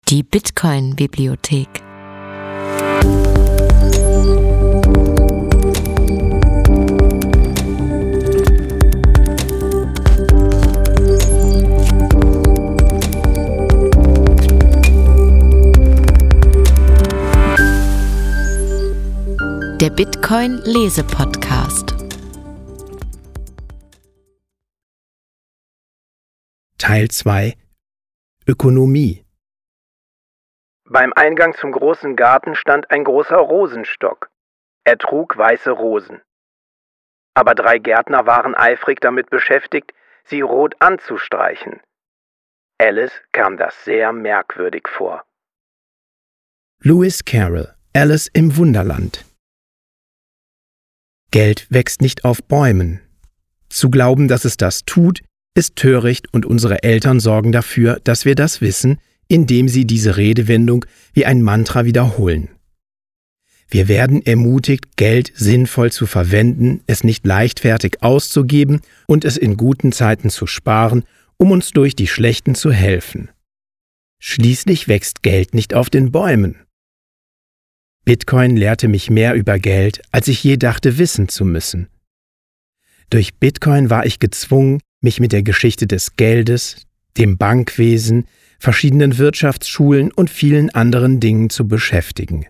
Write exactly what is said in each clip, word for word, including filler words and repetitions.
Die Bitcoin-Bibliothek. Der Bitcoin-Lese-Podcast. Teil zwei Ökonomie. Beim Eingang zum großen Garten stand ein großer Rosenstock. Er trug weiße Rosen. Aber drei Gärtner waren eifrig damit beschäftigt, sie rot anzustreichen. Alice kam das sehr merkwürdig vor. Lewis Carroll, Alice im Wunderland. Geld wächst nicht auf Bäumen. Zu glauben, dass es das tut, ist töricht, und unsere Eltern sorgen dafür, dass wir das wissen, indem sie diese Redewendung wie ein Mantra wiederholen. Wir werden ermutigt, Geld sinnvoll zu verwenden, es nicht leichtfertig auszugeben und es in guten Zeiten zu sparen, um uns durch die schlechten zu helfen. Schließlich wächst Geld nicht auf den Bäumen. Bitcoin lehrte mich mehr über Geld, als ich je dachte wissen zu müssen. Durch Bitcoin war ich gezwungen, mich mit der Geschichte des Geldes, dem Bankwesen, verschiedenen Wirtschaftsschulen und vielen anderen Dingen zu beschäftigen.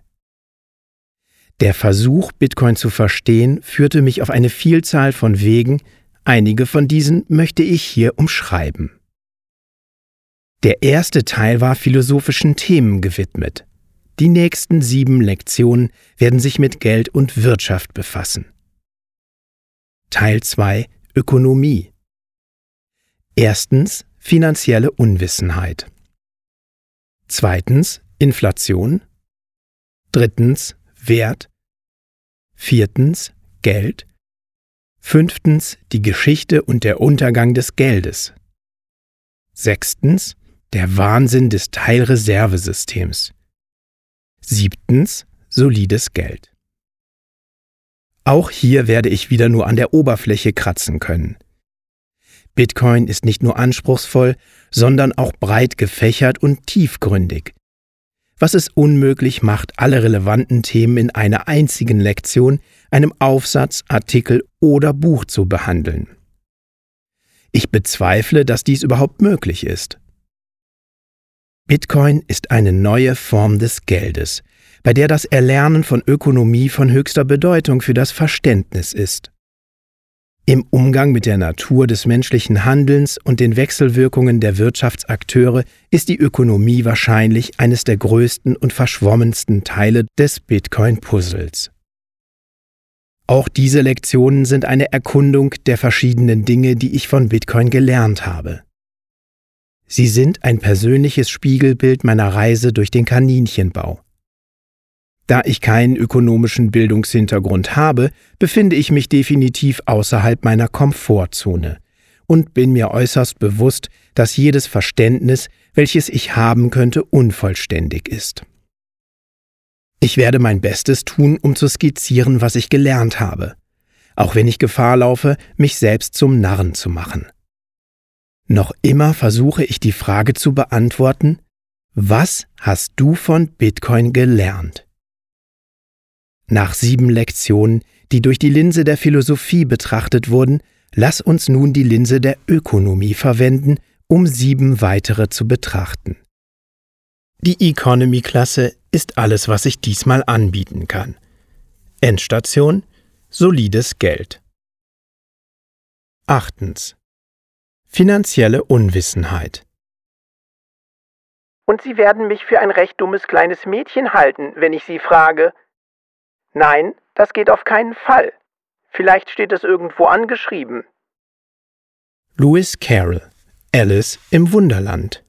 Der Versuch, Bitcoin zu verstehen, führte mich auf eine Vielzahl von Wegen, einige von diesen möchte ich hier umschreiben. Der erste Teil war philosophischen Themen gewidmet. Die nächsten sieben Lektionen werden sich mit Geld und Wirtschaft befassen. Teil zwei Ökonomie. Erstens finanzielle Unwissenheit. Zweitens Inflation. Drittens Wert. Viertens Geld. Fünftens die Geschichte und der Untergang des Geldes. Sechstens der Wahnsinn des Teilreservesystems. Siebtens solides Geld. Auch hier werde ich wieder nur an der Oberfläche kratzen können. Bitcoin ist nicht nur anspruchsvoll, sondern auch breit gefächert und tiefgründig, was es unmöglich macht, alle relevanten Themen in einer einzigen Lektion, einem Aufsatz, Artikel oder Buch zu behandeln. Ich bezweifle, dass dies überhaupt möglich ist. Bitcoin ist eine neue Form des Geldes, bei der das Erlernen von Ökonomie von höchster Bedeutung für das Verständnis ist. Im Umgang mit der Natur des menschlichen Handelns und den Wechselwirkungen der Wirtschaftsakteure ist die Ökonomie wahrscheinlich eines der größten und verschwommensten Teile des Bitcoin-Puzzles. Auch diese Lektionen sind eine Erkundung der verschiedenen Dinge, die ich von Bitcoin gelernt habe. Sie sind ein persönliches Spiegelbild meiner Reise durch den Kaninchenbau. Da ich keinen ökonomischen Bildungshintergrund habe, befinde ich mich definitiv außerhalb meiner Komfortzone und bin mir äußerst bewusst, dass jedes Verständnis, welches ich haben könnte, unvollständig ist. Ich werde mein Bestes tun, um zu skizzieren, was ich gelernt habe, auch wenn ich Gefahr laufe, mich selbst zum Narren zu machen. Noch immer versuche ich die Frage zu beantworten: Was hast du von Bitcoin gelernt? Nach sieben Lektionen, die durch die Linse der Philosophie betrachtet wurden, lass uns nun die Linse der Ökonomie verwenden, um sieben weitere zu betrachten. Die Economy-Klasse ist alles, was ich diesmal anbieten kann. Endstation: solides Geld. Achtens. Finanzielle Unwissenheit. Und Sie werden mich für ein recht dummes kleines Mädchen halten, wenn ich Sie frage: Nein, das geht auf keinen Fall. Vielleicht steht es irgendwo angeschrieben. Lewis Carroll, Alice im Wunderland.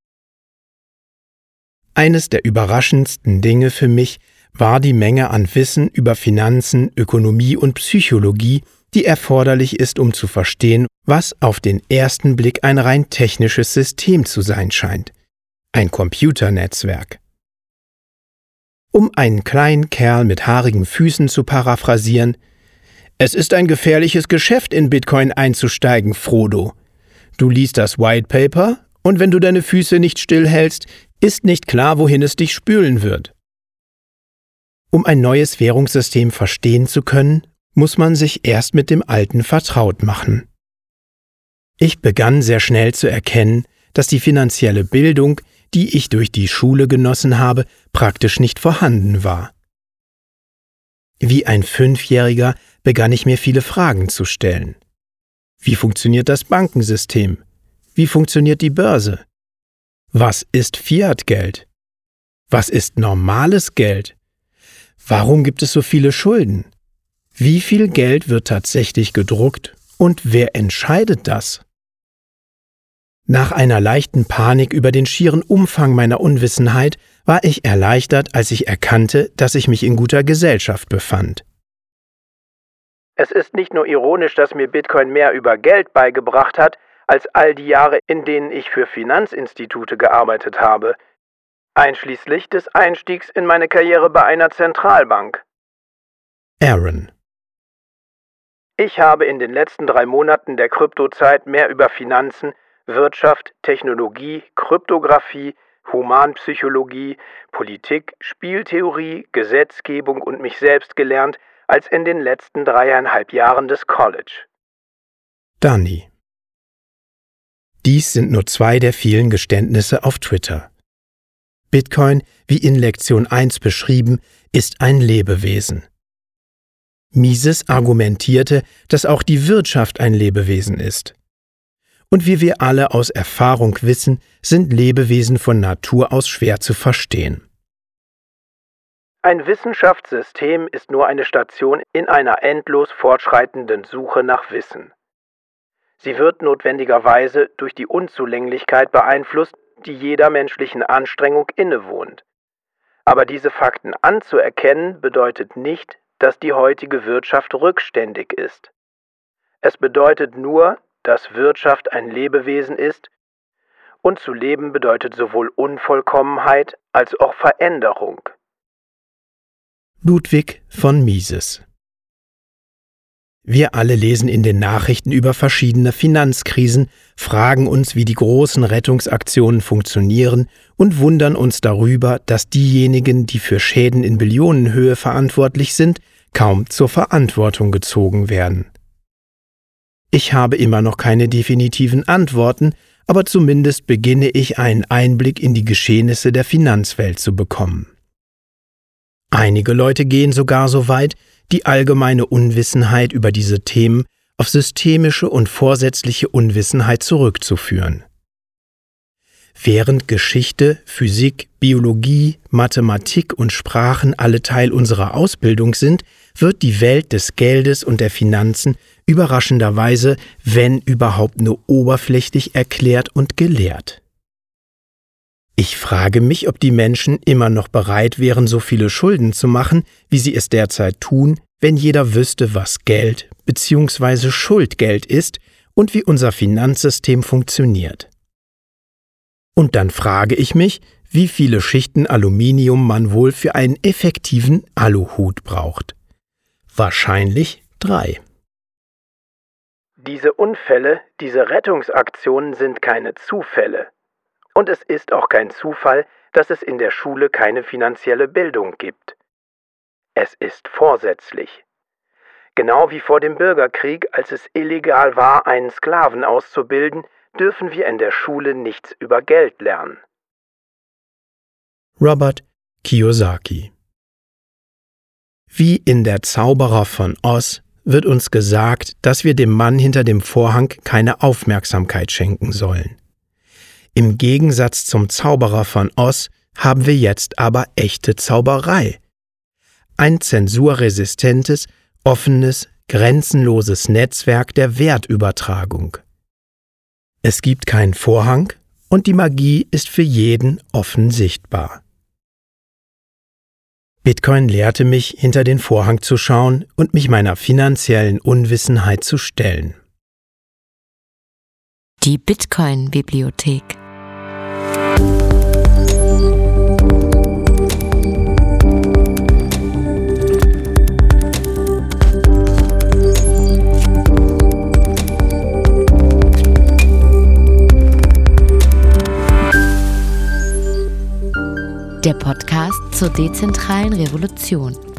Eines der überraschendsten Dinge für mich war die Menge an Wissen über Finanzen, Ökonomie und Psychologie, die erforderlich ist, um zu verstehen, was auf den ersten Blick ein rein technisches System zu sein scheint. Ein Computernetzwerk. Um einen kleinen Kerl mit haarigen Füßen zu paraphrasieren: Es ist ein gefährliches Geschäft, in Bitcoin einzusteigen, Frodo. Du liest das White Paper und wenn du deine Füße nicht stillhältst, ist nicht klar, wohin es dich spülen wird. Um ein neues Währungssystem verstehen zu können, muss man sich erst mit dem alten vertraut machen. Ich begann sehr schnell zu erkennen, dass die finanzielle Bildung, die ich durch die Schule genossen habe, praktisch nicht vorhanden war. Wie ein Fünfjähriger begann ich mir viele Fragen zu stellen. Wie funktioniert das Bankensystem? Wie funktioniert die Börse? Was ist Fiat-Geld? Was ist normales Geld? Warum gibt es so viele Schulden? Wie viel Geld wird tatsächlich gedruckt und wer entscheidet das? Nach einer leichten Panik über den schieren Umfang meiner Unwissenheit war ich erleichtert, als ich erkannte, dass ich mich in guter Gesellschaft befand. Es ist nicht nur ironisch, dass mir Bitcoin mehr über Geld beigebracht hat, als all die Jahre, in denen ich für Finanzinstitute gearbeitet habe, einschließlich des Einstiegs in meine Karriere bei einer Zentralbank. Aaron. Ich habe in den letzten drei Monaten der Kryptozeit mehr über Finanzen, Wirtschaft, Technologie, Kryptographie, Humanpsychologie, Politik, Spieltheorie, Gesetzgebung und mich selbst gelernt, als in den letzten dreieinhalb Jahren des College. Dani. Dies sind nur zwei der vielen Geständnisse auf Twitter. Bitcoin, wie in Lektion eins beschrieben, ist ein Lebewesen. Mises argumentierte, dass auch die Wirtschaft ein Lebewesen ist. Und wie wir alle aus Erfahrung wissen, sind Lebewesen von Natur aus schwer zu verstehen. Ein Wissenschaftssystem ist nur eine Station in einer endlos fortschreitenden Suche nach Wissen. Sie wird notwendigerweise durch die Unzulänglichkeit beeinflusst, die jeder menschlichen Anstrengung innewohnt. Aber diese Fakten anzuerkennen bedeutet nicht, dass die heutige Wirtschaft rückständig ist. Es bedeutet nur, dass Wirtschaft ein Lebewesen ist, und zu leben bedeutet sowohl Unvollkommenheit als auch Veränderung. Ludwig von Mises. Wir alle lesen in den Nachrichten über verschiedene Finanzkrisen, fragen uns, wie die großen Rettungsaktionen funktionieren und wundern uns darüber, dass diejenigen, die für Schäden in Billionenhöhe verantwortlich sind, kaum zur Verantwortung gezogen werden. Ich habe immer noch keine definitiven Antworten, aber zumindest beginne ich einen Einblick in die Geschehnisse der Finanzwelt zu bekommen. Einige Leute gehen sogar so weit, die allgemeine Unwissenheit über diese Themen auf systemische und vorsätzliche Unwissenheit zurückzuführen. Während Geschichte, Physik, Biologie, Mathematik und Sprachen alle Teil unserer Ausbildung sind, wird die Welt des Geldes und der Finanzen überraschenderweise, wenn überhaupt, nur oberflächlich erklärt und gelehrt. Ich frage mich, ob die Menschen immer noch bereit wären, so viele Schulden zu machen, wie sie es derzeit tun, wenn jeder wüsste, was Geld bzw. Schuldgeld ist und wie unser Finanzsystem funktioniert. Und dann frage ich mich, wie viele Schichten Aluminium man wohl für einen effektiven Aluhut braucht. Wahrscheinlich drei. Diese Unfälle, diese Rettungsaktionen sind keine Zufälle. Und es ist auch kein Zufall, dass es in der Schule keine finanzielle Bildung gibt. Es ist vorsätzlich. Genau wie vor dem Bürgerkrieg, als es illegal war, einen Sklaven auszubilden, dürfen wir in der Schule nichts über Geld lernen. Robert Kiyosaki. Wie in Der Zauberer von Oz wird uns gesagt, dass wir dem Mann hinter dem Vorhang keine Aufmerksamkeit schenken sollen. Im Gegensatz zum Zauberer von Oz haben wir jetzt aber echte Zauberei. Ein zensurresistentes, offenes, grenzenloses Netzwerk der Wertübertragung. Es gibt keinen Vorhang und die Magie ist für jeden offen sichtbar. Bitcoin lehrte mich, hinter den Vorhang zu schauen und mich meiner finanziellen Unwissenheit zu stellen. Die Bitcoin-Bibliothek. Der Podcast zur dezentralen Revolution.